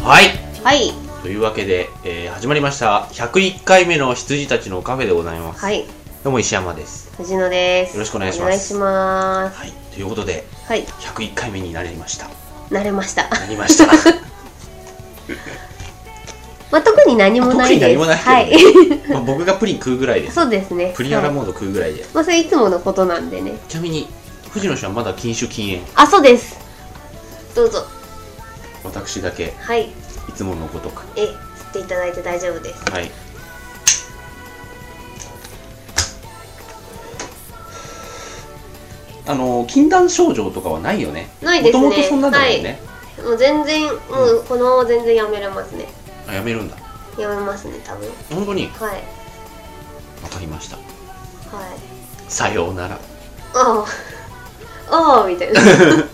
はい、 はい。 というわけで、始まりました101回目の羊たちのカフェでございます。 はい。 どうも石山です。 藤野です。 よろしくお願いします。 お願いします。 はい、ということで、 はい。 101回目になりました。 慣れました。 なりました。 まあ、特に何もないです。 特に何もないけど、ね、 はい。 まあ僕がプリン食うぐらいです。 そうですね。 プリンアラモード食うぐらいで。 まあ、それいつものことなんでね。 ちなみに、藤野氏はまだ禁酒禁煙。 あ、そうです。どうぞ。 私だけ、 はい。 いつものごとく。 吸っていただいて大丈夫です。 はい。禁断症状とかはないよね。 ないですね。 もともとそんなだもんね。 はい、もう全然、もうこのまま全然やめれますね。 あ、やめるんだ。 やめますね、多分。 本当に。 はい。 わかりました。 はい。 さようなら。 ああ。ああみたいな。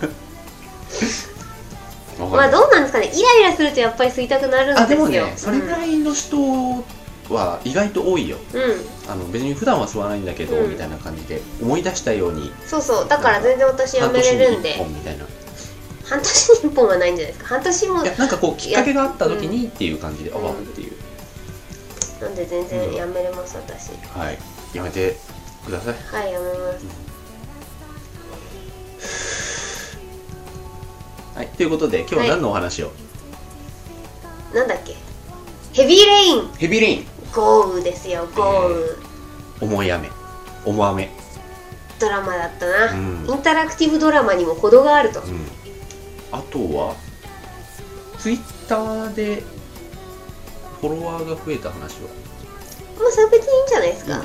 まあどうなんですかね。イライラするとやっぱり吸いたくなるんですよ。 あ、でもね、それぐらいの人は意外と多いよ。別に普段は吸わないんだけど、みたいな感じで思い出したように。 そうそう、だから全然私やめれるんで。 半年に1本みたいな。 半年に1本はないんじゃないですか。半年も。 いや、なんかこうきっかけがあった時にっていう感じで、ああっていう。 なんで全然やめれます、私。 はい、やめてください。 はい、やめます。 はい、ということで今日は何のお話を、 なんだっけ、ヘビーレイン。 ヘビーレイン、 豪雨ですよ、豪雨。 重い雨、重雨ドラマだったな、インタラクティブドラマにも程があると、 あとはツイッターでフォロワーが増えた話は、 まあそれ別にいいんじゃないですか。はい。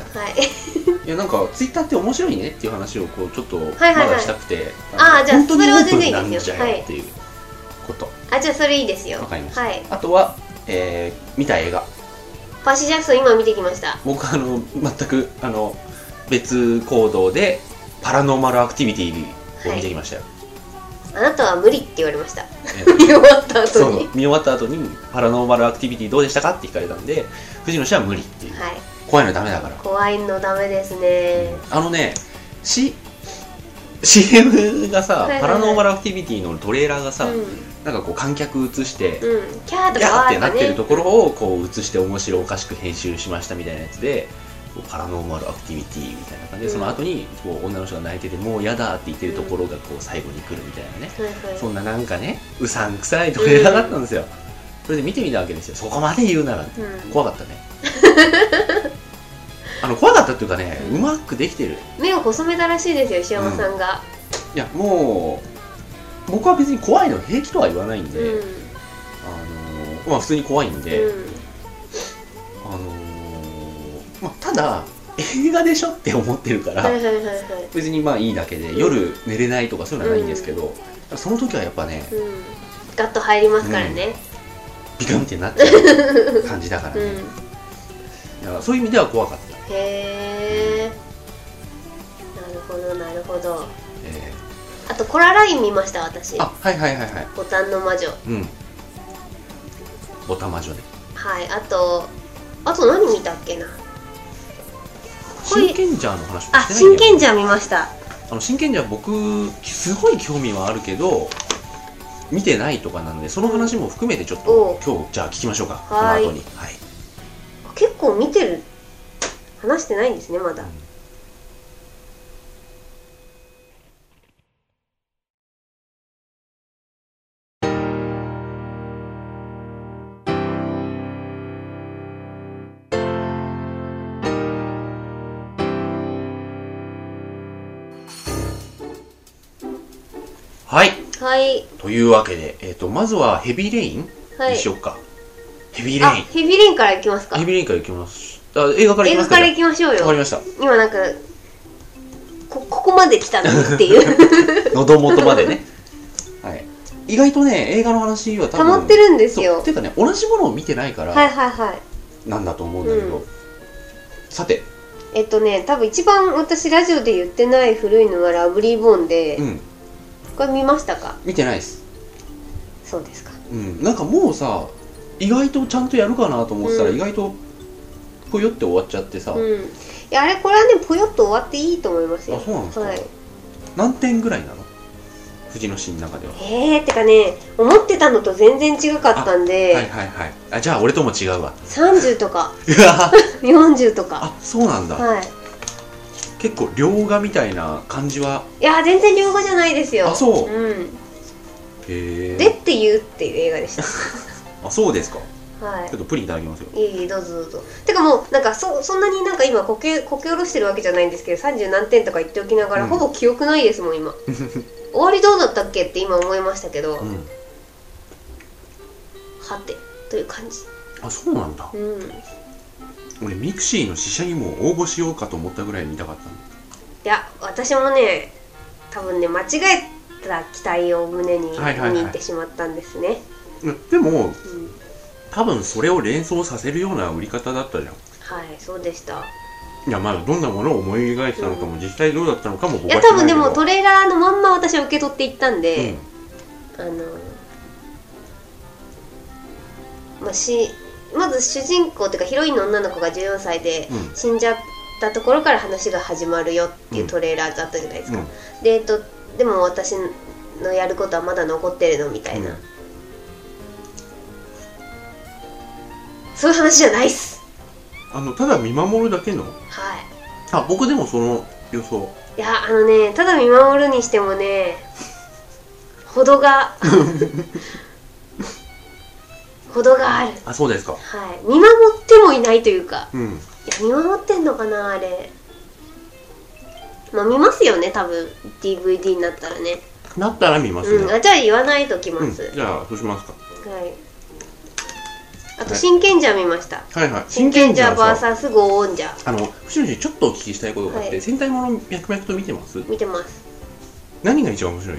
いや、なんかツイッターって面白いねっていう話をこうちょっとまだしたくて、 ああ、じゃあ本当にオープンいいなんですよ。 じゃよっていうこと。 あ、じゃあそれいいですよ。 わかりました。 はい。 あとは見た映画、 パーシー・ジャクソン今見てきました。 僕全く別行動でパラノーマルアクティビティを見てきましたよ。 あなたは無理って言われました。見終わった後に。 見終わった後にパラノーマルアクティビティどうでしたかって聞かれたんで、藤野氏は無理っていう。怖いのダメだから。 怖いのダメですね。 CM がさ、パラノーマルアクティビティのトレーラーがさ、なんかこう観客映して、 キャーとかヤーってなってるところをこう映して面白おかしく編集しましたみたいなやつで、パラノーマルアクティビティみたいな感じで、その後にこう女の人が泣いててもうやだって言ってるところがこう最後に来るみたいなね、そんななんかね、うさんくさいトレーラーだったんですよ。それで見てみたわけですよ。そこまで言うなら、怖かったね。怖かったっていうかね、うまくできてる。 目を細めたらしいですよ、石山さんが。 いや、もう僕は別に怖いの平気とは言わないんで、まあ普通に怖いんで、ただ映画でしょって思ってるから別にまあいいだけで、夜寝れないとかそういうのはないんですけど、その時はやっぱね、 ガッと入りますからね、 ビカンってなっちゃう感じだからね。だからそういう意味では怖かった。 へえ、なるほどなるほど。あとコラライン見ました、私。 あ、はいはいはいはい。 ボタンの魔女。 ボタン魔女ね。 はい。あと何見たっけな。 真剣ジャーの話もしてないんだよ。 あ、真剣ジャー見ました。 真剣ジャー僕すごい興味はあるけど見てないとかなんで、その話も含めてちょっと今日じゃあ聞きましょうか、この後に。はい。 結構見てる。話してないんですね、まだ。 はい。 はい。 というわけで、まずはヘビーレインにしようか。ヘビーレイン。 ヘビーレインからいきますか。 ヘビーレインからいきます。映画からいきますか。 映画からいきましょうよ。 わかりました。 今なんかここまで来たのっていう喉元までね。はい。意外とね、映画の話は多分溜まってるんですよ。 ていうかね、同じものを見てないからなんだと思うんだけど、さて、 多分一番私ラジオで言ってない古いのはラブリーボーンで、これ見ましたか？ 見てないです。 そうですか。 なんかもうさ、意外とちゃんとやるかなと思ってたら、意外とぽよって終わっちゃってさ。 いや、これはね、ぽよっと終わっていいと思いますよ。 あ、そうなんですか。何点ぐらいなの？ 藤野氏の中では。 てかね、思ってたのと全然違かったんで、 はいはいはい。あ、じゃあ俺とも違うわ。 30とかうわ 40とか。 あ、そうなんだ。 はい。 結構両画みたいな感じは。 いや全然両画じゃないですよ。 あ、そう。 うん。 へえ。 でって言うっていう映画でした。 あ、そうですか。 はい。 ちょっとプリンいただきますよ。 いいどうぞどうぞ。てかもうなんかそんなになんか今こけ下ろしてるわけじゃないんですけど、30何点とか言っておきながら、ほぼ記憶ないですもん今。終わりどうだったっけって今思いましたけど、はてという感じ。 あ、そうなんだ。俺ミクシーの試写にも応募しようかと思ったぐらい見たかったの。 いや私もね、多分ね間違えた期待を胸に見に行ってしまったんですね。 でも、多分それを連想させるような売り方だったじゃん。 はい、そうでした。 いや、まだどんなものを思い描いてたのかも、実際どうだったのかも僕は知らないけど。 いや多分でもトレーラーのまんま私は受け取っていったんで、まず主人公っていうかヒロインの女の子が14歳で死んじゃったところから話が始まるよっていうトレーラーだったじゃないですか。でも私のやることはまだ残ってるのみたいな、そういう話じゃないっす。 ただ見守るだけの。 はい。 あ、僕でもその予想。 いやただ見守るにしてもね、程がある。 あ、そうですか。 はい。見守ってもいないというか、いや見守ってんのかなあれ。まあ見ますよね多分 DVD になったらね。 なったら見ますね。 じゃあ言わないときます。 じゃあそうしますか。 はい。あと真剣者見ました。 はいはい。 真剣者 VS ゴーオンジャ。 藤野氏ちょっとお聞きしたいことがあって、戦隊もの脈々と見てます？ 見てます。 何が一番面白い？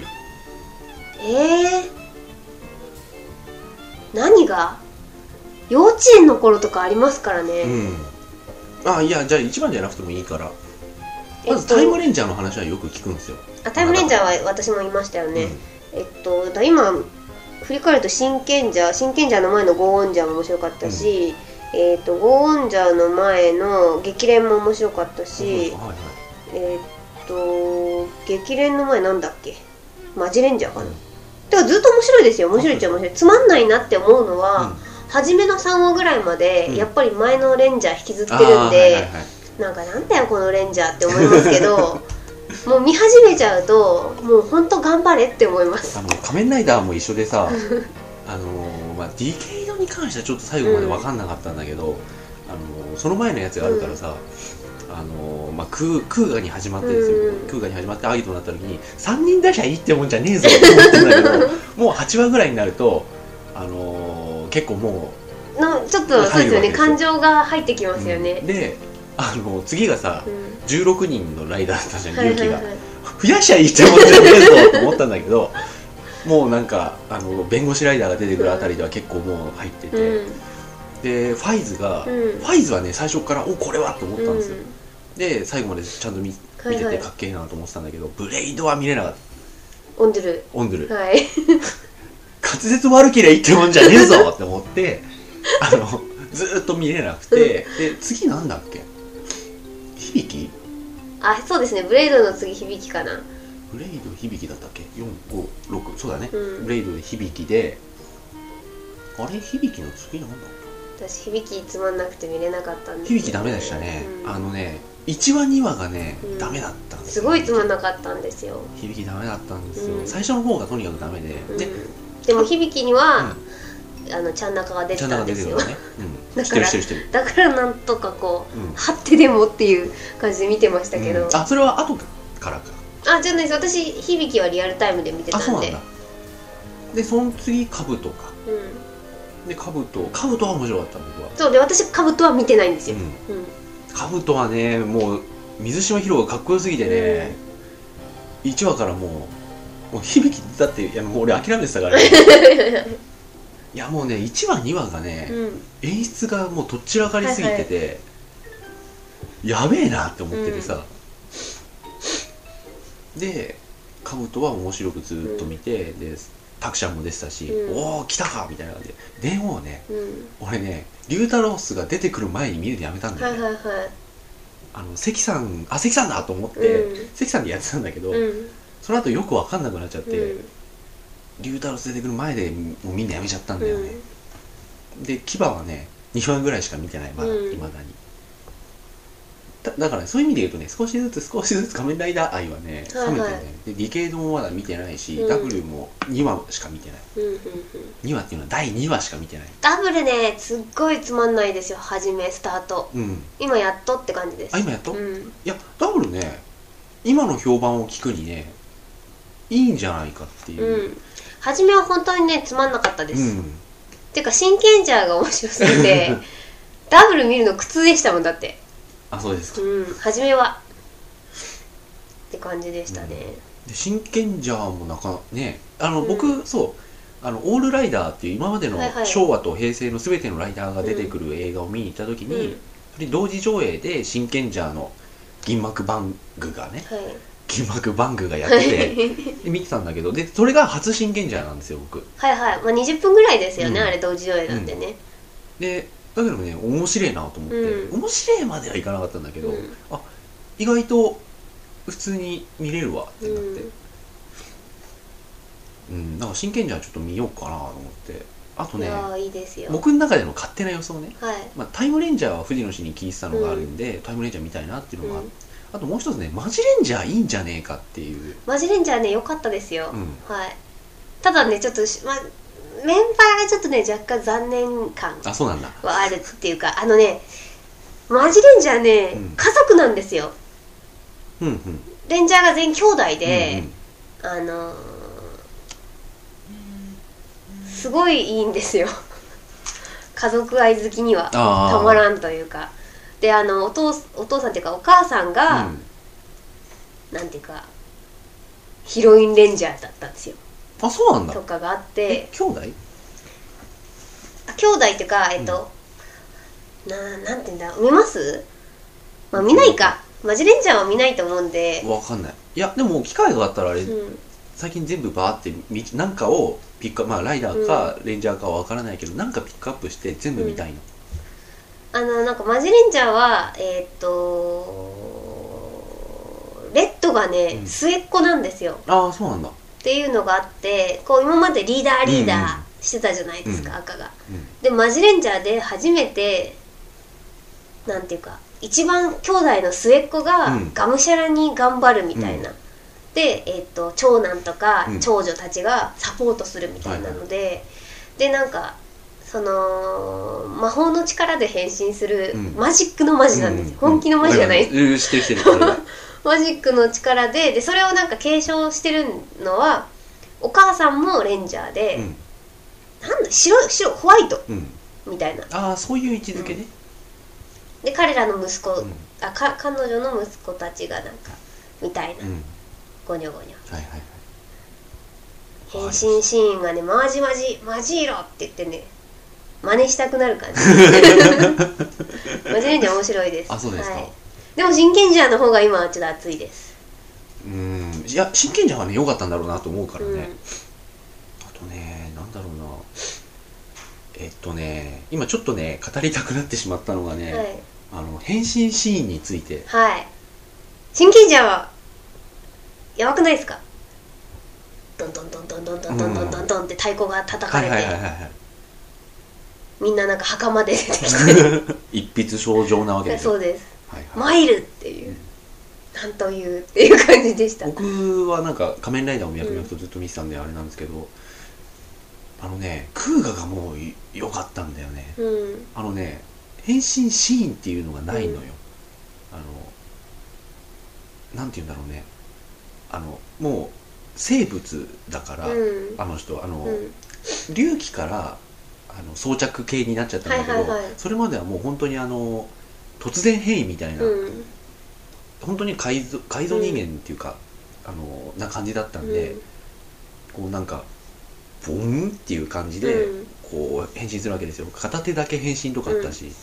何が？幼稚園の頃とかありますからね。 あ、いやじゃあ一番じゃなくてもいいから、まずタイムレンジャーの話はよく聞くんですよ。 タイムレンジャーは私もいましたよね。今振り返ると真剣者の前のゴーオンジャーも面白かったし、ゴーオンジャーの前の激連も面白かったし、激連の前なんだっけ、マジレンジャーかな。だからずっと面白いですよ。面白いっちゃ面白い。つまんないなって思うのは、初めの3話ぐらいまでやっぱり前のレンジャー引きずってるんで、なんかなんだよこのレンジャーって思いますけどもう見始めちゃうともうほんと頑張れって思います。 仮面ライダーも一緒でさまあ、ディケイドに関してはちょっと最後まで分かんなかったんだけど、その前のやつがあるからさ、まあ、クーガに始まってですよ、クーガに始まってアギトになった時に3人出しゃいいってもんじゃねえぞって思ってんだけどもう8話ぐらいになると結構もうちょっとそうですよね、感情が入ってきますよね。 で次がさ、16人のライダーだったじゃん、勇気が増やしゃいいってもんじゃねえぞって思ったんだけどもうなんか弁護士ライダーが出てくるあたりでは結構もう入ってて、でファイズはね最初からこれはって思ったんですよ。で最後までちゃんと見ててかっけえなと思ってたんだけど、ブレイドは見れなかった。 オンドゥルはい滑舌悪けりゃいいってもんじゃねえぞって思ってずーっと見れなくて、で次なんだっけ、響き？ そうですね、ブレイドの次響きかな。 ブレイド響きだったっけ、456そうだね、ブレイドで響きで、あれ響きの次なんだっけ。私響きつまんなくて見れなかったんです。 響きダメでしたね。1話2話がねダメだったんですよ。 すごいつまんなかったんですよ。 響きダメだったんですよ。最初の方がとにかくダメで、 でも響きにはちゃん中が出てたんですよ。だからなんとかこう張ってでもっていう感じで見てましたけど。 それは後からか。 じゃないです。私響きはリアルタイムで見てたんで。そうなんだ。 でその次カブトか。でカブトは面白かった僕は。 そうで、私カブトは見てないんですよ。 カブトはね、もう水島ヒロがかっこよすぎてね、1話からもう響きだって、いやもう俺諦めてたからねいやもうね1話2話がね、演出がもうとっちらかりすぎてて、やべえなって思っててさ、でカブトは面白くずっと見て、でタクちゃんも出てたし、おお来たかみたいな感じで、でもね、俺ねリュウタロスが出てくる前に見るのやめたんだよね。関さんだと思って、関さんでやってたんだけど、 その後よく分かんなくなっちゃって、 うん龍太郎出てくる前でもうみんなやめちゃったんだよね、で牙はね2話ぐらいしか見てないまだ、未だにだからそういう意味で言うとね、少しずつ仮面ライダー愛はね冷めてるんだよね、でディケイドもまだ見てないし、W も2話しか見てない、2話っていうのは第2話しか見てない。 ダブルねすっごいつまんないですよ、初めスタート、今やっとって感じです。 あ、今やっと、いやダブルね今の評判を聞くにねいいんじゃないかっていう、 初めは本当にねつまんなかったです、てか真剣ジャーが面白すぎてダブル見るの苦痛でしたもん。だってあ、そうですか。 初めはって感じでしたね、 で真剣ジャーもね僕そうオールライダーっていう今までの昭和と平成の全てのライダーが出てくる映画を見に行った時に、同時上映で真剣ジャーの銀幕バングがね、銀幕バングがやっててで見てたんだけど、でそれが初真剣ジャーなんですよ僕。 まあ20分ぐらいですよね、あれ同時上映なんでね、 でだけどね面白いなと思って、面白いまではいかなかったんだけど、あ、意外と普通に見れるわってなって、なんか真剣ジャーちょっと見ようかなと思って。あとね、 いいですよ、 僕の中での勝手な予想ね、タイムレンジャーは藤野氏に聞いてたのがあるんで、タイムレンジャー見たいなっていうのが、あともう一つね、マジレンジャーいいんじゃねえかっていう。マジレンジャーね良かったですよ、ただねちょっとメンバーがちょっとね若干残念感はあるっていうか、マジレンジャーね、家族なんですよ、レンジャーが全員兄弟で、すごいいいんですよ家族愛好きにはたまらんというかで、お父さんっていうかお母さんが、なんていうかヒロインレンジャーだったんですよ。 あ、そうなんだ。 とかがあって、 兄弟っていうかなんていうんだ、見ます？まあ見ないか、マジレンジャーは見ないと思うんで。 わかんない。いやでも機会があったらあれ、最近全部バーってなんかをピックアップ、まあライダーかレンジャーかはわからないけど、なんかピックアップして全部見たいの。 なんかマジレンジャーはレッドがね、末っ子なんですよ。 ああ、そうなんだ。 っていうのがあって、こう今までリーダーしてたじゃないですか、赤が。でマジレンジャーで初めてなんていうか一番兄弟の末っ子ががむしゃらに頑張るみたいな、で、長男とか長女たちがサポートするみたいなので、でなんかその魔法の力で変身するマジックのマジなんですよ、本気のマジじゃないです。 知ってるマジックの力でそれをなんか継承してるのはお母さんもレンジャーで、なんだ白ホワイト、みたいな。 ああ、そういう位置づけね。 で彼らの息子、彼女の息子たちがなんかみたいな、ゴニョゴニョ、変身シーンがね、マジ色って言ってね、真似したくなる感じマジレンジャー面白いです。 あ、そうですか。 でも真剣ジャーの方が今はちょっと熱いです。 いや真剣ジャーはね良かったんだろうなと思うからね、あとね、なんだろうな、今ちょっとね語りたくなってしまったのがね、変身シーンについて。 真剣ジャーはやばくないですか？ドンドンドンドンドンドンドンドンドンドンって太鼓が叩かれて、みんななんか袴で出てきて一筆症状なわけです。 そうです、マイルっていう、なんというっていう感じでした。 僕はなんか仮面ライダーを脈々とずっと見てたんであれなんですけど、クーガがもう良かったんだよね。変身シーンっていうのがないのよ。なんて言うんだろうね、もう生物だから、あの人隆起から装着系になっちゃったんだけど、それまではもう本当に突然変異みたいな、本当に改造人間っていうか、な感じだったんで、こうなんかボンっていう感じでこう変身するわけですよ。片手だけ変身とかあったし、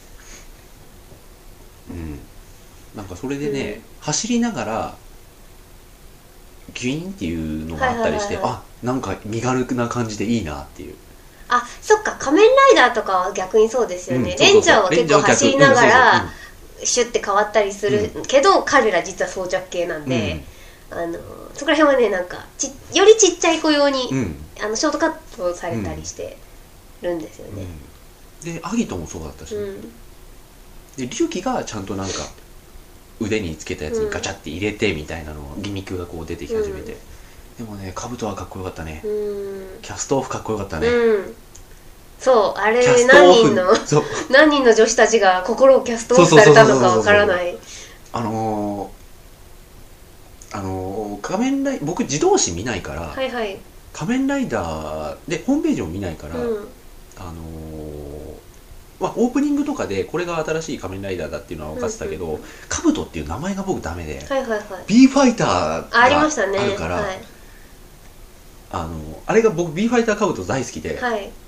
なんかそれでね、走りながらギュインっていうのがあったりして、あ、なんか身軽な感じでいいなっていう。 あ、そっか、仮面ライダーとかは逆にそうですよね。レンジャーは結構走りながらシュッて変わったりするけど、彼ら実は装着系なんで、 そこら辺はねなんかよりちっちゃい子用に、 うん、 ショートカットされたりしてるんですよね、 でアギトもそうだったし、で龍騎がちゃんとなんか腕につけたやつにガチャって入れてみたいなのギミックがこう出てき始めて、でもね兜はかっこよかったね、キャストオフかっこよかったね、 そうあれキャストオフ何人の女子たちが心をキャストオフされたのかわからない。 仮面ライ僕自動誌見ないから、 はいはい、 仮面ライダーでホームページも見ないから、まあ、オープニングとかでこれが新しい仮面ライダーだっていうのは分かってたけど、兜っていう名前が僕ダメで、B ファイターがあるから、あれが僕 B ファイター兜大好きで、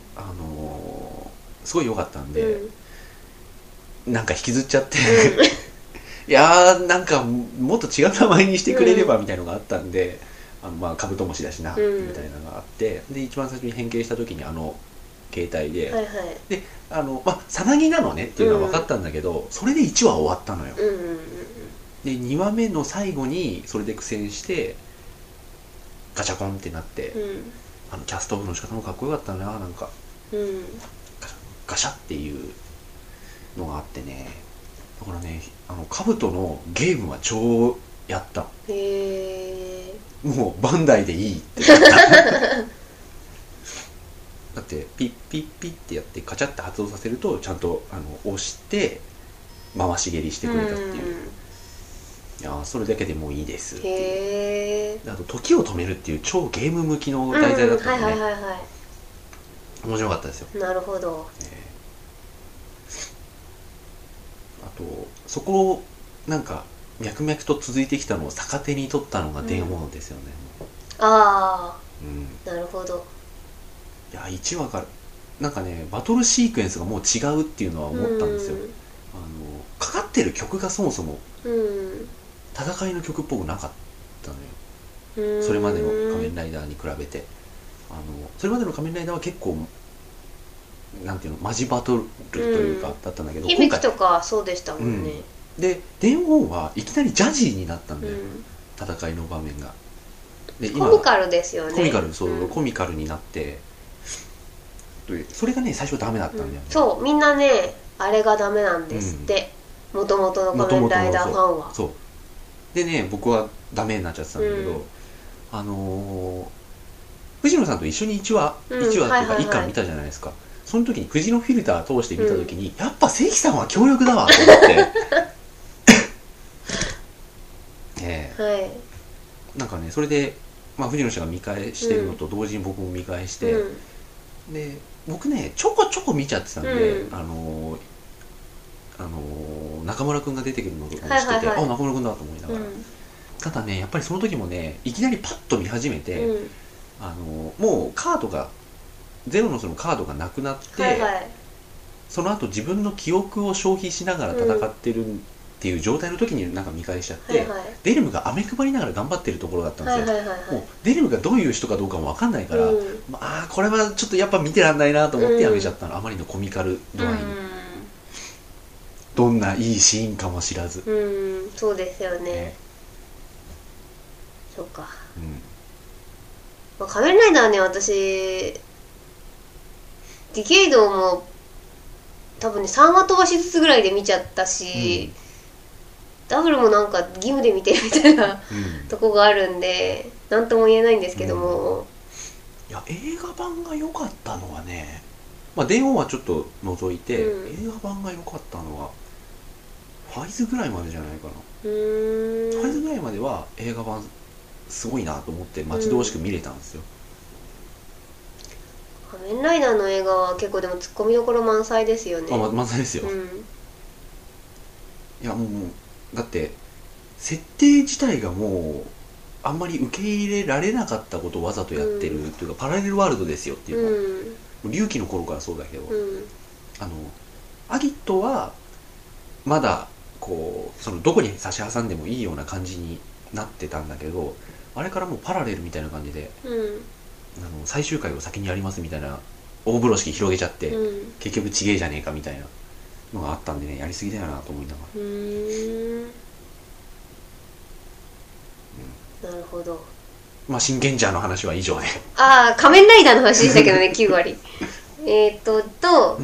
すごい良かったんで、なんか引きずっちゃっていやーなんかもっと違う名前にしてくれればみたいなのがあったんで、まあカブトムシだしな、みたいなのがあって、で一番最初に変形した時に携帯で、でまあさなぎなのねっていうのは分かったんだけど、それで1話終わったのよ、で2話目の最後にそれで苦戦してガチャコンってなって、キャストオフの仕方もかっこよかったな、なんか、ガシャっていうのがあってね、だからね兜のゲームは超やった。もうバンダイでいいって言っただってピッピッピッってやってカチャって発動させるとちゃんと押して回し蹴りしてくれたっていう、いやそれだけでもういいですっていう。あと時を止めるっていう超ゲーム向きの題材だったので、面白かったですよ。 なるほど。 あとそこをなんか脈々と続いてきたのを逆手に取ったのが電王ですよね、 ああ、なるほど。 いや1話からなんかねバトルシークエンスがもう違うっていうのは思ったんですよ。かかってる曲がそもそも戦いの曲っぽくなかったのよ、それまでの仮面ライダーに比べて。それまでの仮面ライダーは結構なんていうのマジバトルというかだったんだけど、 響きとかそうでしたもんね、 で電王はいきなりジャジーになったんだよ、戦いの場面が。でコミカルですよね。 コミカル、そう、コミカルになって、それがね最初ダメだったんだよね、 そうみんなねあれがダメなんですって、もともとの仮面ライダーファンは。 そうでね僕はダメになっちゃってたんだけど、藤野さんと一緒に1話っていうか1巻見たじゃないですか。その時に藤野フィルター通して見た時に、やっぱ関さんは強力だわと思ってなんかねそれで、まあ、藤野氏が見返してるのと同時に僕も見返して、で僕ねちょこちょこ見ちゃってたんで、中村くんが出てくるのとかも知ってて、あ中村くんだと思いながら、ただねやっぱりその時もねいきなりパッと見始めて、もうカードがゼロのそのカードがなくなって、その後自分の記憶を消費しながら戦ってるっていう状態の時になんか見返しちゃって、デルムが飴配りながら頑張ってるところだったんですよ。もうデルムがどういう人かどうかも分かんないから、まあこれはちょっとやっぱ見てらんないなと思ってやめちゃったの、あまりのコミカル度合いに、どんないいシーンかも知らず。 そうですよね。そうか。まあ、仮面ライダーね私ディケイドも多分ね3話飛ばしずつぐらいで見ちゃったし、ダブルもなんか義務で見てるみたいな、とこがあるんで何とも言えないんですけども、 いや映画版が良かったのはね、まあ電王はちょっと除いて、映画版が良かったのはファイズぐらいまでじゃないかな。ファイズぐらいまでは映画版すごいなと思って待ち遠しく見れたんですよ。 仮面ライダーの映画は結構でもツッコミどころ満載ですよね。 満載ですよ、いやもうだって設定自体がもうあんまり受け入れられなかったことをわざとやってるというか、パラレルワールドですよっていうのは、龍騎の頃からそうだけど、アギットはまだこうそのどこに差し挟んでもいいような感じになってたんだけど、あれからもうパラレルみたいな感じで、最終回を先にやりますみたいな大風呂敷広げちゃって、結局ちげえじゃねえかみたいなのがあったんでね、やりすぎだよなと思いながら、 なるほど。 まあ真剣ジャーの話は以上で。 ああ、仮面ライダーの話でしたけどね、9割。 うん。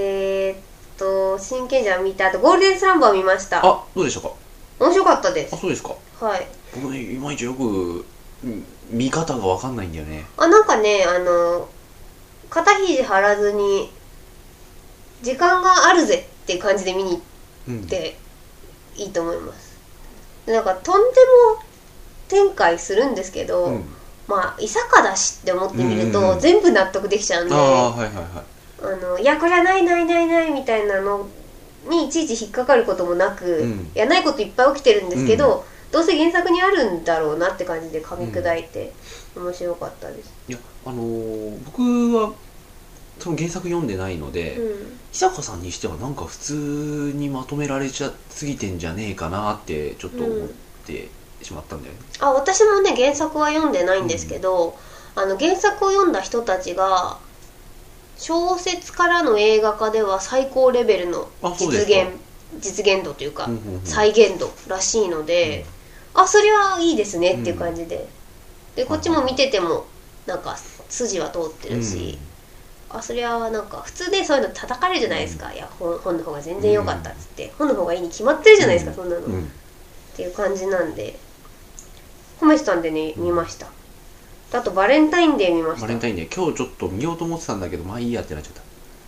真剣じゃ見た後、ゴールデンスランバー見ました。 あ、どうでしたか？ 面白かったであ、 す。 そうですか。 はい。 僕ね、いまいちよく見方がわかんないんだよね。 なんかね、肩肘張らずに、時間があるぜっていう感じで見に行うん。 っていいと思います。でなんか、とんでも展開するんですけど、 うん。 まあ、伊坂だしって思ってみると、 うんうんうん全部納得できちゃうんで、 ああ、はいはいはい。 いやこれはないないないないみたいなのにいちいち引っかかることもなく、 うんいやないこといっぱい起きてるんですけど、どうせ原作にあるんだろうなって感じで噛み砕いて、面白かったです。 いや、僕はその原作読んでないので、久坂さんにしてはなんか普通にまとめられちゃすぎてんじゃねえかなってちょっと思ってしまったんだよね。 私もね原作は読んでないんですけど、原作を読んだ人たちが小説からの映画化では最高レベルの実現度というか、再現度らしいので、それはいいですねっていう感じで、でこっちも見ててもなんか筋は通ってるし、それはなんか普通でそういうの叩かれるじゃないですか、いや本の方が全然良かったっつって、本の方がいいに決まってるじゃないですか、そんなの、っていう感じなんで褒めてたんでね、見ました。あとバレンタインデー見ました。 バレンタインデー今日ちょっと見ようと思ってたんだけど、まあいいやってなっちゃった。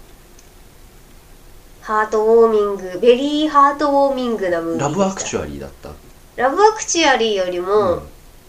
ハートウォーミング、ベリーハートウォーミングなムービーでした。 ラブアクチュアリーだった。 ラブアクチュアリーよりも、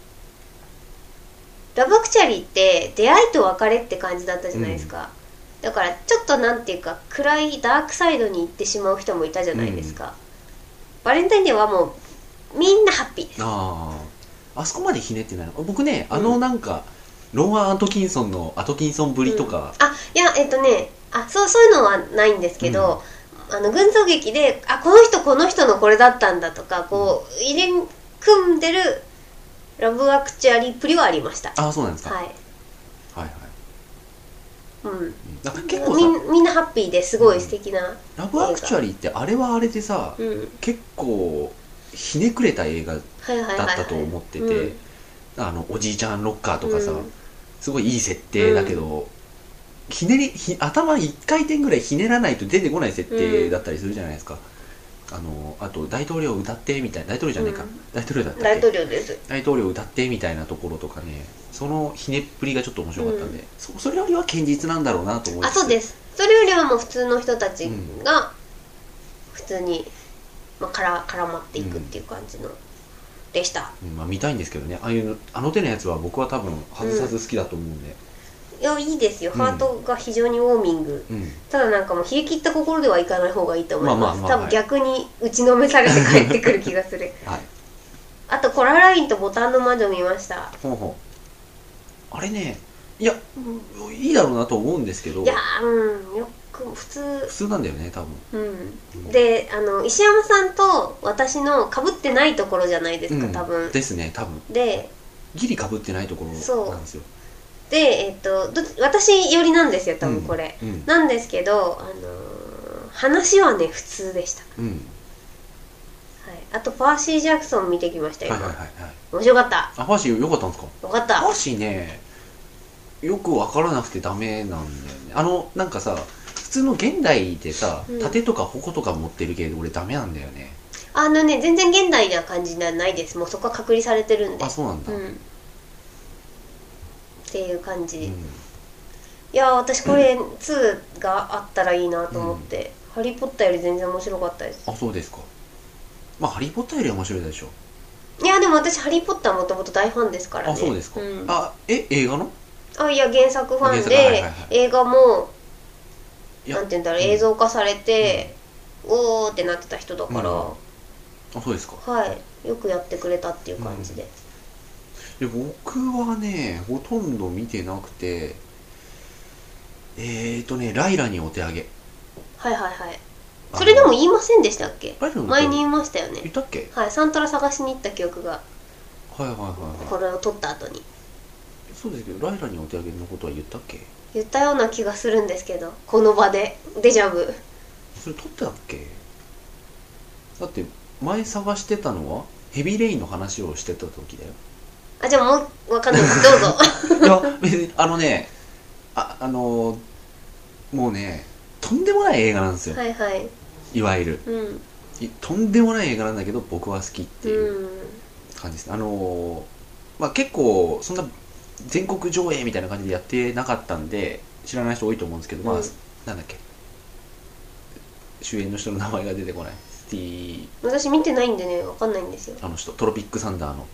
ラブアクチュアリーって出会いと別れって感じだったじゃないですか、だからちょっとなんていうか暗いダークサイドに行ってしまう人もいたじゃないですか、バレンタインデーはもうみんなハッピーです。 あそこまでひねってないの。僕ね、なんかローアン・アトキンソンのアトキンソンぶりとか、 いやそういうのはないんですけど、群像劇でこの人のこれだったんだとかこう入れ組んでるラブアクチュアリーっぷりはありました。 そうなんですか。はいはいなんか結構みんなハッピーですごい素敵な、 ラブアクチュアリーってあれはあれでさ、結構ひねくれた映画だったと思ってて、おじいちゃんロッカーとかさ、すごいいい設定だけど、頭一回転ぐらいひねらないと出てこない設定だったりするじゃないですか。あと大統領歌ってみたいな、大統領じゃねえか、大統領だったっけ。 大統領です。 大統領歌ってみたいなところとかね、そのひねっぷりがちょっと面白かったんで、それよりは堅実なんだろうなと思います。 そうです。それよりはもう普通の人たちが普通に、絡まっていくっていう感じのでした。 見たいんですけどね、あの手のやつは僕は多分外さず好きだと思うんで。 いやいいですよ、ハートが非常にウォーミング、ただなんかもう冷え切った心ではいかない方がいいと思います。多分逆に打ちのめされて帰ってくる気がする。あとコララインとボタンの魔女見ました。 あれね、いや、いいだろうなと思うんですけど、 いやよく普通なんだよね多分。で石山さんと私の被ってないところじゃないですか、多分ですね、多分でギリ被ってないところなんですよ。 で私寄りなんですよ多分これ、なんですけど話はね普通でした。あとパーシー・ジャクソン見てきましたよ。面白かった。 パーシー良かったんですか。 よかった。 パーシーね、よく分からなくてダメなんだよね。なんかさ、普通の現代でさ、盾とか矛とか持ってるけど俺ダメなんだよね。 全然現代な感じじゃないです。もうそこは隔離されてるんで。 そうなんだ、 っていう感じ、いや私これ2があったらいいなと思って、ハリー・ポッターより全然面白かったです。 そうですか。ハリー・ポッターより面白いでしょ。 いやでも私ハリー・ポッターもともと大ファンですからね。 そうですか。映画のいや原作ファンで、映画もなんて言うんだろう、映像化されて、おーってなってた人だから、 そうですか。 よくやってくれたっていう感じで、 僕はねほとんど見てなくて、ライラにお手上げ。 それでも言いませんでしたっけ。前に言いましたよね。 言ったっけ。 サントラ探しに行った記憶が、これを撮った後に。 そうですけど、ライラにお手上げのことは言ったっけ。 言ったような気がするんですけど、この場でデジャブ。 それ撮ってたっけ。だって前探してたのはヘビーレインの話をしてた時だよ。 じゃあもうわかんないですどうぞ。 いや別にもうねとんでもない映画なんですよ。 はいはい。 いわゆる、とんでもない映画なんだけど僕は好きっていう感じです。結構そんな全国上映みたいな感じでやってなかったんで知らない人多いと思うんですけど、なんだっけ、主演の人の名前が出てこない。 私見てないんでねわかんないんですよ。 あの人トロピックサンダーの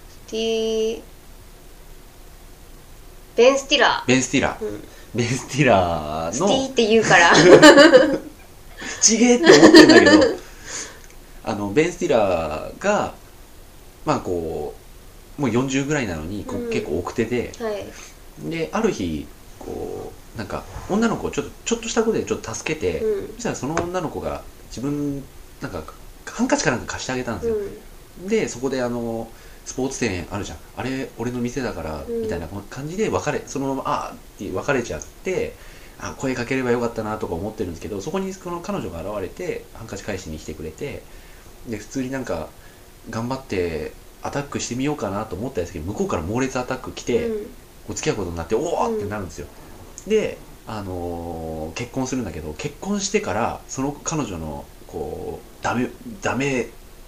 ベン・スティラー。 ベン・スティラー、ベン・スティラーのスティーって言うからちげえって思ってんだけどベン・スティラーがもう40ぐらいなのに結構奥手で、である日なんか女の子をちょっとしたことでちょっと助けて、そしたらその女の子が自分なんかハンカチかなんか貸してあげたんですよ、でそこでスポーツ店あるじゃん、あれ俺の店だからみたいな感じでそのままって別れちゃって、声かければよかったなとか思ってるんですけど、そこにこの彼女が現れてハンカチ返しに来てくれて、で普通になんか頑張ってアタックしてみようかなと思ったんですけど、向こうから猛烈アタック来て、お付き合うことになっておおってなるんですよ。で、結婚するんだけど、結婚してからその彼女のダメ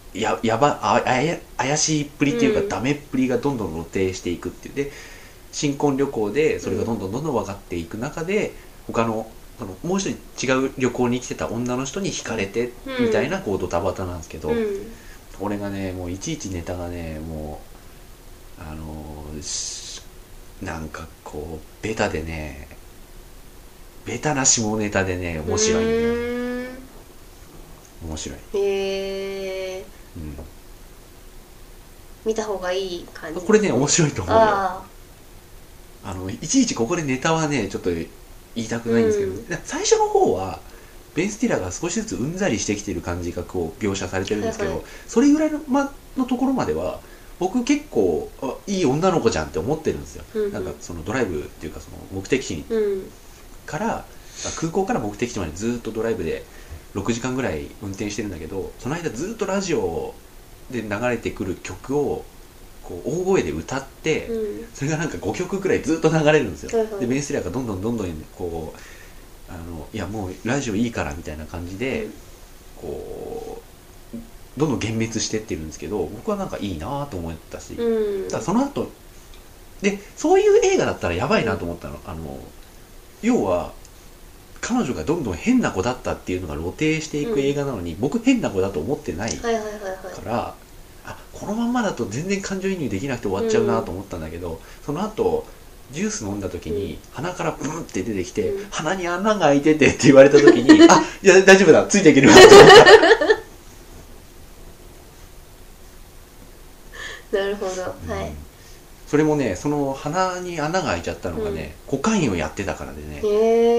怪しいっぷりっていうか、ダメっぷりがどんどん露呈していくっていう。で新婚旅行でそれがどんどん分かっていく中で、他のもう一人違う旅行に来てた女の人に惹かれてみたいなドタバタなんですけど、これがねもういちいちネタがねもうなんかベタでね、ベタな下ネタでね面白いんだよ。面白い。 見た方がいい感じ。 これね面白いと思うよ。いちいちここでネタはねちょっと言いたくないんですけど、最初の方はベン・スティラーが少しずつうんざりしてきてる感じが描写されてるんですけど、それぐらいのところまでは僕結構いい女の子じゃんって思ってるんですよ。なんかそのドライブっていうか、その目的地から、空港から目的地までずっとドライブで6時間ぐらい運転してるんだけど、その間ずっとラジオで流れてくる曲を大声で歌って、それがなんか5曲ぐらいずっと流れるんですよ。でベン・スティラーがどんどんいやもうラジオいいからみたいな感じでどんどん幻滅してってるんですけど、僕はなんかいいなと思ったし、ただその後でそういう映画だったらやばいなと思ったの。要は彼女がどんどん変な子だったっていうのが露呈していく映画なのに、僕変な子だと思ってないから、このまんまだと全然感情移入できなくて終わっちゃうなと思ったんだけど、その後ジュース飲んだ時に鼻からブンって出てきて、鼻に穴が開いててって言われた時にいや大丈夫だ、ついていけるわと思ったなるほど。 それもね、その鼻に穴が開いちゃったのがね、コカインをやってたからでね。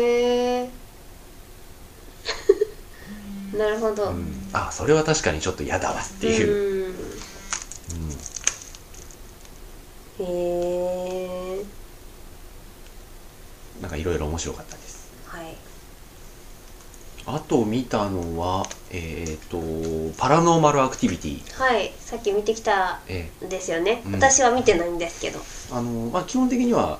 なるほど。 それは確かにちょっと嫌だわっていう。なんかいろいろ面白かったです。あと見たのはパラノーマルアクティビティ。 さっき見てきたんですよね。私は見てないんですけど、 基本的には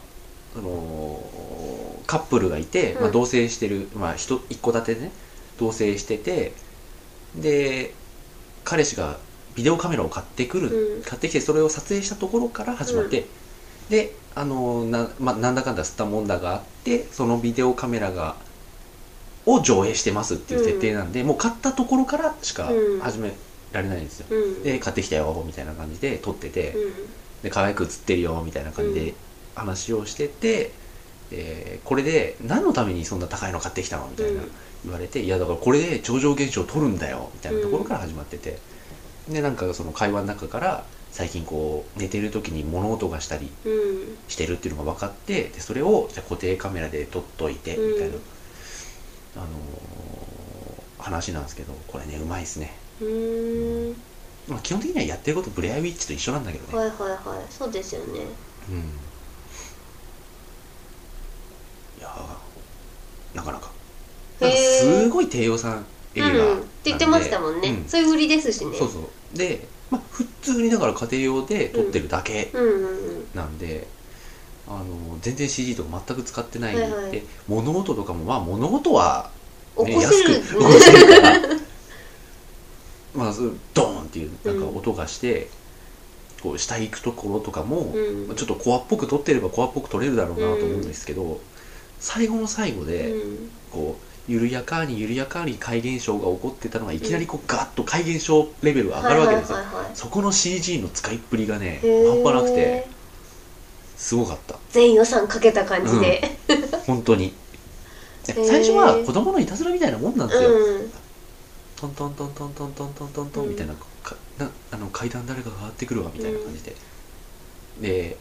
カップルがいて、同棲してる、一戸建てでね同棲してて、で彼氏がビデオカメラを買ってきて、それを撮影したところから始まって、でなんだかんだ吸ったもんだがあって、そのビデオカメラを上映してますっていう設定なんで、もう買ったところからしか始められないんですよ。で買ってきたよみたいな感じで撮ってて、で可愛く写ってるよみたいな感じで話をしてて、これで何のためにそんな高いの買ってきたのみたいな言われて、いやだからこれで超常現象を撮るんだよみたいなところから始まってて、でなんかその会話の中から最近寝てる時に物音がしたりしてるっていうのが分かって、でそれをじゃあ固定カメラで撮っといてみたいな、話なんですけど、これねうまいですね。基本的にはやってることブレアウィッチと一緒なんだけどね。 そうですよね。 いやなかなかすごい低予算映画なんで、 って言ってましたもんね。そういう売りですしね。 で普通にだから家庭用で撮ってるだけうんうんうんなんで、全然 CG とか全く使ってない、 はいはいで物音とかもまあ物音は、ね、 起こせる安く起こせるからまあドーンっていうなんか音がして、こう下行くところとかも、 うんちょっとコアっぽく撮ってればコアっぽく撮れるだろうなと思うんですけど、最後の最後で、 うんこう緩やかに怪現象が起こってたのがいきなりこうガッと怪現象レベルが上がるわけですよ、 はいはいはいはいそこの CG の使いっぷりがねへー半端なくてすごかった。 全予算かけた感じで、 本当にへー最初は子供のいたずらみたいなもんなんですよ、 うんトントントントントントントントントンみたいな、階段誰かが上がってくるわみたいな感じで、で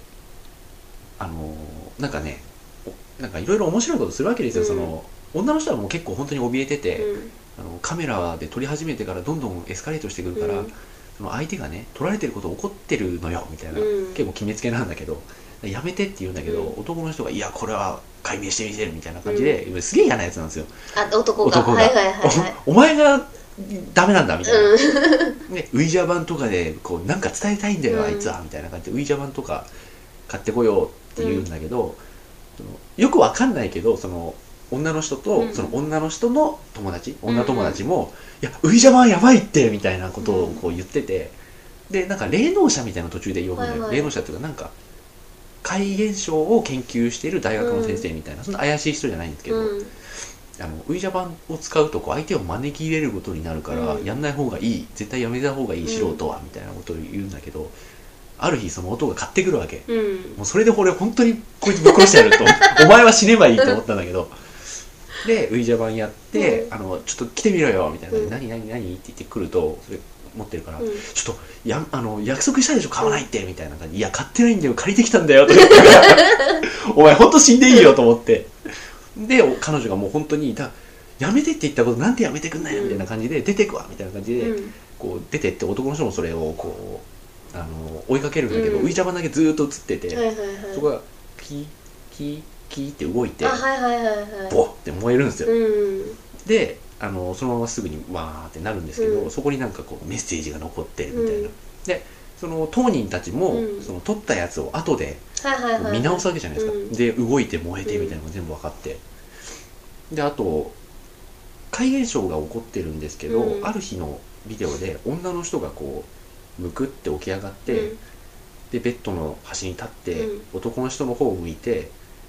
なんかねなんかいろいろ面白いことするわけですよ、 うんその女の人はもう結構本当に怯えてて、 うんカメラで撮り始めてからどんどんエスカレートしてくるから、 うんその相手がね撮られてること怒ってるのよみたいな、 うん結構決めつけなんだけどやめてって言うんだけど、 うん男の人がいやこれは解明してみせるみたいな感じで、すげえ嫌なやつなんですよあ男が男が、 はいはいはいはいお前がダメなんだみたいな、 うんね、ウイジャー版とかでこうなんか伝えたいんだよ、 うんあいつはみたいな感じでウイジャー版とか買ってこようって言うんだけど、そのよくわかんないけどその女の人と、 うんその女の人の友達女友達も、いやウイジャー版やばいってみたいなことをこう言ってて、でなんか霊能者みたいな途中で呼ぶのよ、 はいはい霊能者っていうかなんか怪現象を研究している大学の先生みたいな、そんな怪しい人じゃないんですけど、 うんウイジャ版を使うとこう相手を招き入れることになるから、 うんやんない方がいい絶対やめた方がいい素人は、みたいなことを言うんだけど、ある日その音が買ってくるわけ、 うんもうそれで俺本当にこいつぶっ殺してやるとお前は死ねばいいと思ったんだけどでウイジャ版やって、ちょっと来てみろよみたいな、 うん何って言ってくるとそれ持ってるから、 うんちょっと約束したでしょ買わないってみたいな感じ、いや買ってないんだよ借りてきたんだよとか言ってからお前本当死んでいいよと思ってで彼女がもう本当にやめてって言ったことなんでやめてくんないよみたいな感じで、出てくわみたいな感じで、 うんこう出てって男の人もそれをこう追いかけるんだけど、ウイジャ版だけずーっと映ってて、 はいはいはいそこがキーキーキーって動いてあはいはいはいはいボッって燃えるんですよ、 うんでそのまますぐにわーってなるんですけど、 うんそこになんかこうメッセージが残ってるみたいな、 うんでその当人たちも、 うんその撮ったやつを後ではいはいはい見直すわけじゃないですか、 うんで動いて燃えてみたいなのが全部分かって、であと怪現象が起こってるんですけど、 うんある日のビデオで女の人がこうむくって起き上がって、 うんでベッドの端に立って、 うん男の人の方を向いて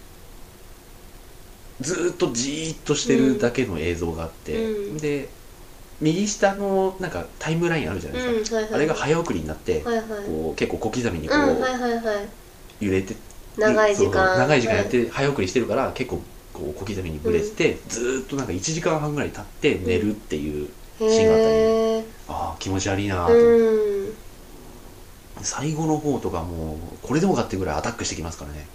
ずーっとじーっとしてるだけの映像があって、 うんで右下のなんかタイムラインあるじゃないですか、 はいはいあれが早送りになって、 はいはいこう結構小刻みにこう、 うんはいはいはい揺れて長い時間そう長い時間やって早送りしてるから結構こう小刻みにブレてて、ずーっとなんか1時間半ぐらい経って寝るっていうシーンがあったり、 へえああ気持ち悪いなーと思って、 うん最後の方とかもうこれでもかってぐらいアタックしてきますからね。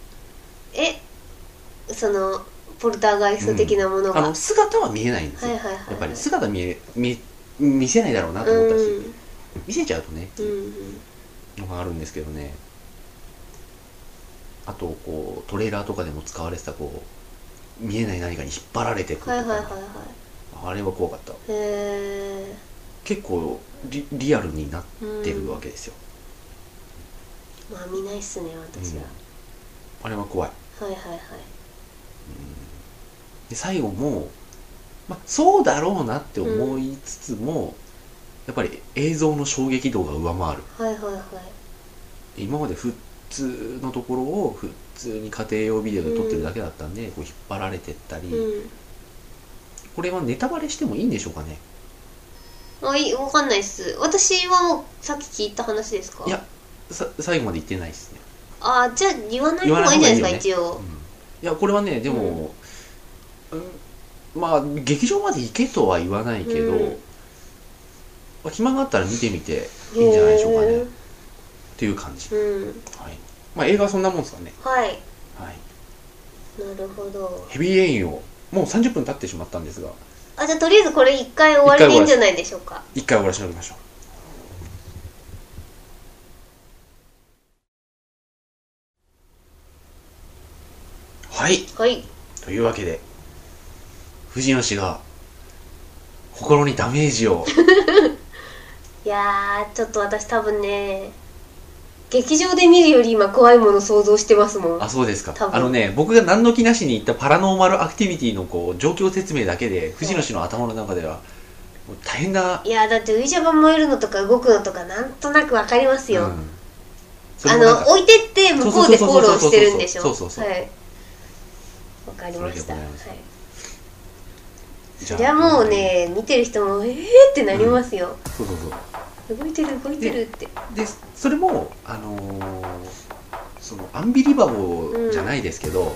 そのポルターガイスト的なものが、 姿は見えないんですよ、 はいはいはいはいやっぱり姿見せないだろうなと思ったし、見せちゃうとねっていうのがあるんですけどね。あとこうトレーラーとかでも使われてたこう見えない何かに引っ張られてくるとか、 はいはいはいはあれは怖かった。 いへえ結構リアルになってるわけですよ、 まあ見ないっすね私は、 あれは怖い。 はいはいはいで最後も、そうだろうなって思いつつも、やっぱり映像の衝撃度が上回る。 はいはいはい今まで普通のところを普通に家庭用ビデオで撮ってるだけだったんで、こう引っ張られてったり、これはネタバレしてもいいんでしょうかね。 わかんないっす。私はもうさっき聞いた話ですか？ いや最後まで言ってないですね。 じゃあ言わない方がいいんじゃないですか、一応。 いやこれはねでも、劇場まで行けとは言わないけど、暇があったら見てみていいんじゃないでしょうかねっていう感じ、はい。映画はそんなもんですかね。 はい、 はい、 なるほど。 ヘビーレインをもう30分経ってしまったんですが、 じゃあとりあえずこれ一回終わりでいいんじゃないでしょうか。 一回終わらせておきましょう。はい、 はい、 というわけで藤野氏が心にダメージをいやーちょっと私多分ね劇場で見るより今怖いもの想像してますもん。 あ、そうですか。 多分ね、僕が何の気なしに言ったパラノーマルアクティビティのこう状況説明だけで藤野氏の頭の中ではもう大変な。 いやだってウイジャが燃えるのとか動くのとかなんとなくわかりますよ、 それもなんか置いてって向こうでフォローしてるんでしょ。 そうそうそうそうはい、わかりました。はい、 じゃあそりゃもうね見てる人もってなりますよ、 そうそうそう。 動いてる動いてるって。 でそれもそのアンビリバボーじゃないですけど、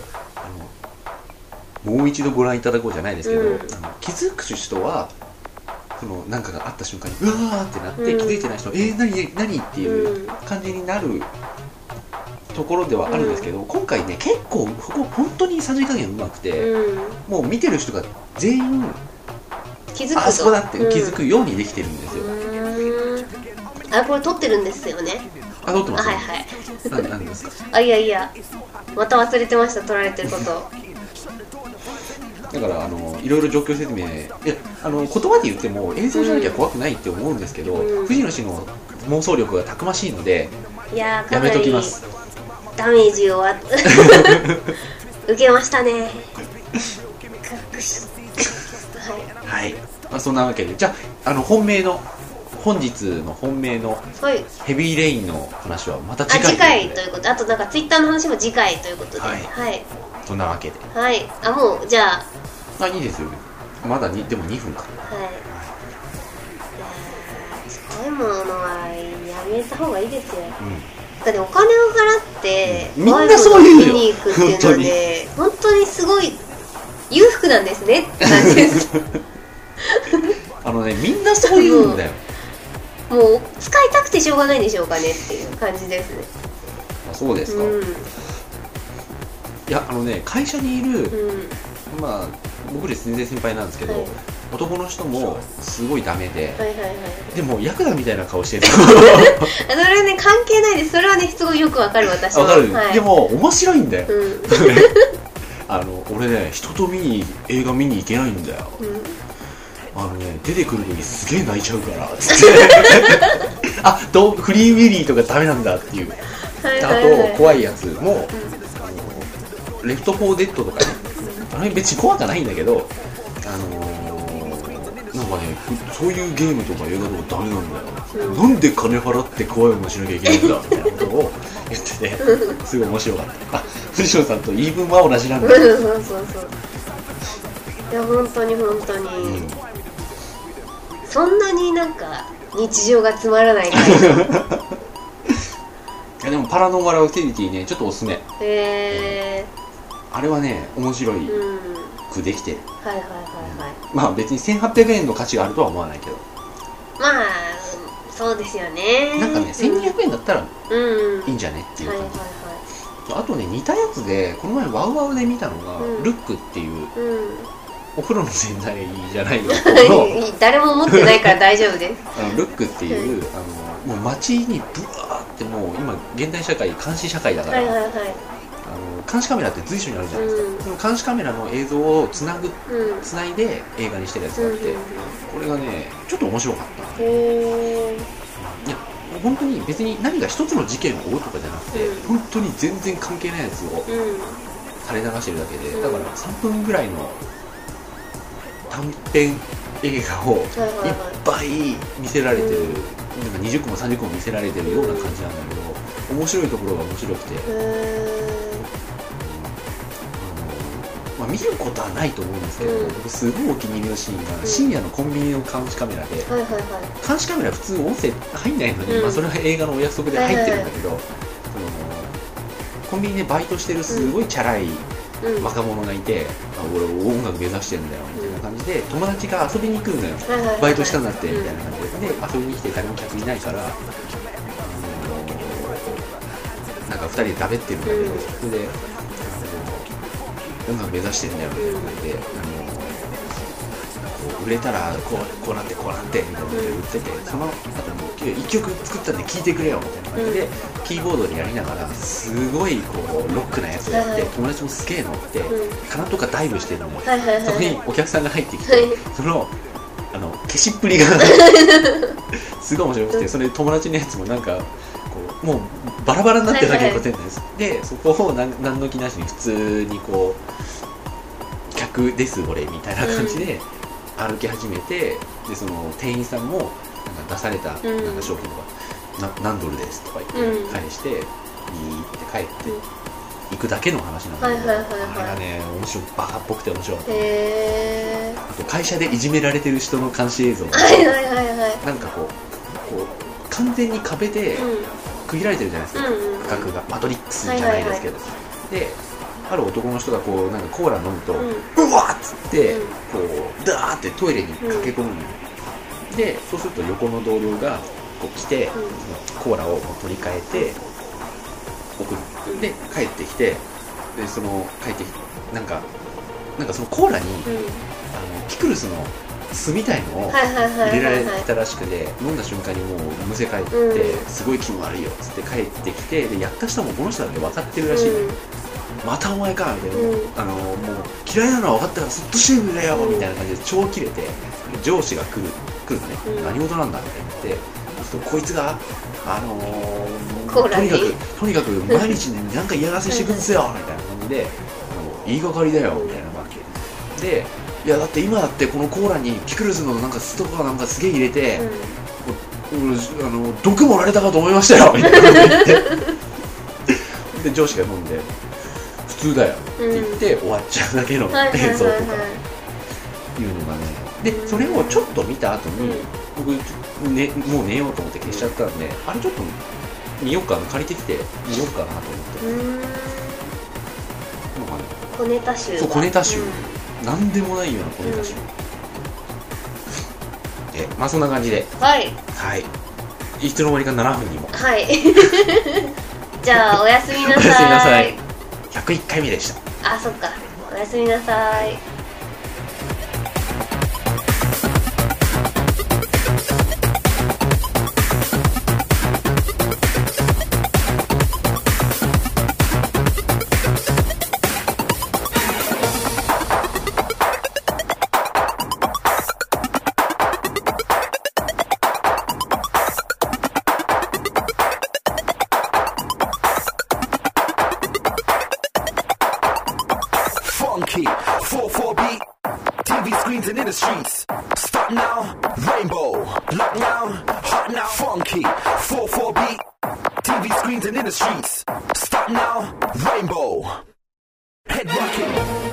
もう一度ご覧いただこうじゃないですけど、気づく人はその何かがあった瞬間にうわーってなって、気づいてない人は何っていう感じになるところではあるんですけど、今回ね結構ここ本当にさじ加減うまくて、もう見てる人が全員気づくと、 あそこだって気づくようにできてるんですよ。 あ、これ撮ってるんですよね。 あ、撮ってます、 はいはい。 何ですか。 あ、いやまた忘れてました、撮られてることだからいろいろ状況説明、いや言葉で言っても映像じゃなきゃ怖くないって思うんですけど、藤野氏の妄想力がたくましいので、 いややめときます。 ダメージを受けましたね。 はい、そんなわけで、じゃあ本日の本命のヘビーレインの話はまた次回。 次回ということで、あとなんかツイッターの話も次回ということで、はい、 そんなわけで、 はい、もうじゃあいいですよね。まだでも2分か。 はい。そういうものはやめた方がいいですよ。だってお金を払ってみんなそういう見に行くっていうのはね、本当にすごい裕福なんですねって感じです。 みんなそういうんだよ。 もう使いたくてしょうがないんでしょうかねっていう感じですね。 あ、そうですか。いや会社にいる、まあ僕ら全然先輩なんですけど、男の人もすごいダメで、でもヤクザみたいな顔してる。それはね関係ないです。それはねすごいよくわかる。私はわかる、 でも面白いんだよ。俺ね人と映画見に行けないんだよ。出てくる時すげえ泣いちゃうからつってフリーウィリーとかダメなんだっていう。あと怖いやつも、レフト4デッドとかね、別に怖くないんだけど、なんかね、そういうゲームとか映画とかダメなんだよ、なんで金払って怖い思いしなきゃいけないんだみたいなことを言ってて、すごい面白かった。藤野さんと言い分は同じなんだ。そういや本当に、そんなになんか日常がつまらないからいやでもパラノーマルアクティビティね、ちょっとおすすめ。あれはね面白いくできてる。まあ別に1800円の価値があるとは思わないけど、 まあそうですよね。 なんかね1200円だったらいいんじゃねっていう感じ。あとね似たやつでこの前ワウワウで見たのが、ルックっていうお風呂の洗剤じゃないの誰も持ってないから大丈夫です。 ルックっていうもう街にブワーって、もう今現代社会監視社会だから、監視カメラって随所にあるじゃないですか。その監視カメラの映像をつないで映画にしてるやつがあって、これがねちょっと面白かった。いや本当に別に何が一つの事件を追うとかじゃなくて、本当に全然関係ないやつを垂れ流してるだけで、だから3分ぐらいの短編映画をいっぱい見せられてる、なんか20個も30個も見せられてるような感じなんだけど、面白いところが面白くて、まあ、見ることはないと思うんですけど、僕すごいお気に入りのシーンが、深夜のコンビニの監視カメラで、監視カメラ普通音声入んないのに、まあ、それは映画のお約束で入ってるんだけど、コンビニでバイトしてるすごいチャラい若者がいて、俺音楽目指してるんだよみたいな感じで、友達が遊びに来るのよ、バイトしたんだってみたいな感じで、遊びに来て誰も客いないから、なんか2人で食べってるんだけど、それで音楽目指してるんだよみたいな感じで、売れたらこうなってこうなってみたいなこと言ってて、その後に1曲作ったんで聴いてくれよみたいな感じで、キーボードでやりながらすごいこうロックなやつをやって、友達もすげえ乗って棚とかダイブしてるのも、そこにお客さんが入ってきて、その消しっぷりがすごい面白くて、それ友達のやつもなんかこうもうバラバラになってるだけの店内です、でそこを何の気なしに普通にこう客です俺みたいな感じで歩き始めて、でその店員さんもなんか出されたなんか商品とか、何ドルですとか言って返して、ビーって帰って行くだけの話なんだけど、あれがね面白い、バカっぽくて面白かった。あと会社でいじめられてる人の監視映像も、なんかこう完全に壁で区切られてるじゃないですか、区画がマトリックスじゃないですけど、である男の人がこうなんかコーラ飲むと、うわっつってこうダーってトイレに駆け込むの、でそうすると横の同僚がこう来て、コーラを取り替えて送る、で帰ってきて、でその帰ってきてなんかそのコーラに、ピクルスの酢みたいのを入れられたらしくて、飲んだ瞬間にもうむせ返って、すごい気分悪いよっつって帰ってきて、でやった人もこの人だって分かってるらしい、またお前かみたいな、もう嫌いなのは分かったからそっとしてくれよみたいな感じで超キレて、上司が来るのね、何事なんだみたいに言って、こいつがとにかく毎日なんか嫌がらせしてくんですよみたいな感じで、言いがかりだよみたいなわけで、いやだって今だってこのコーラにピクルスのなんか酢とかなんかすげえ入れて、毒盛られたかと思いましたよみたいな言ってで上司が飲んで普通だよって言って終わっちゃうだけの映像とかいうのがね、でそれをちょっと見た後に僕、もう寝ようと思って消しちゃったんで、あれちょっと見ようかな、借りてきて見ようかなと思って。 小ネタ集。 そう、小ネタ集、なんでもないような小ネタ集、でまあそんな感じで、はい、いつの間にか7分にも、 じゃあおやすみなさい。 おやすみなさい。101回目でした。 あ、そっか、おやすみなさい。 4-4 beat, TV screens and in the streets. Stop now, rainbow, lock now, hot now, funky. 4-4 beat, TV screens and in the streets. Stop now, rainbow, head rocking.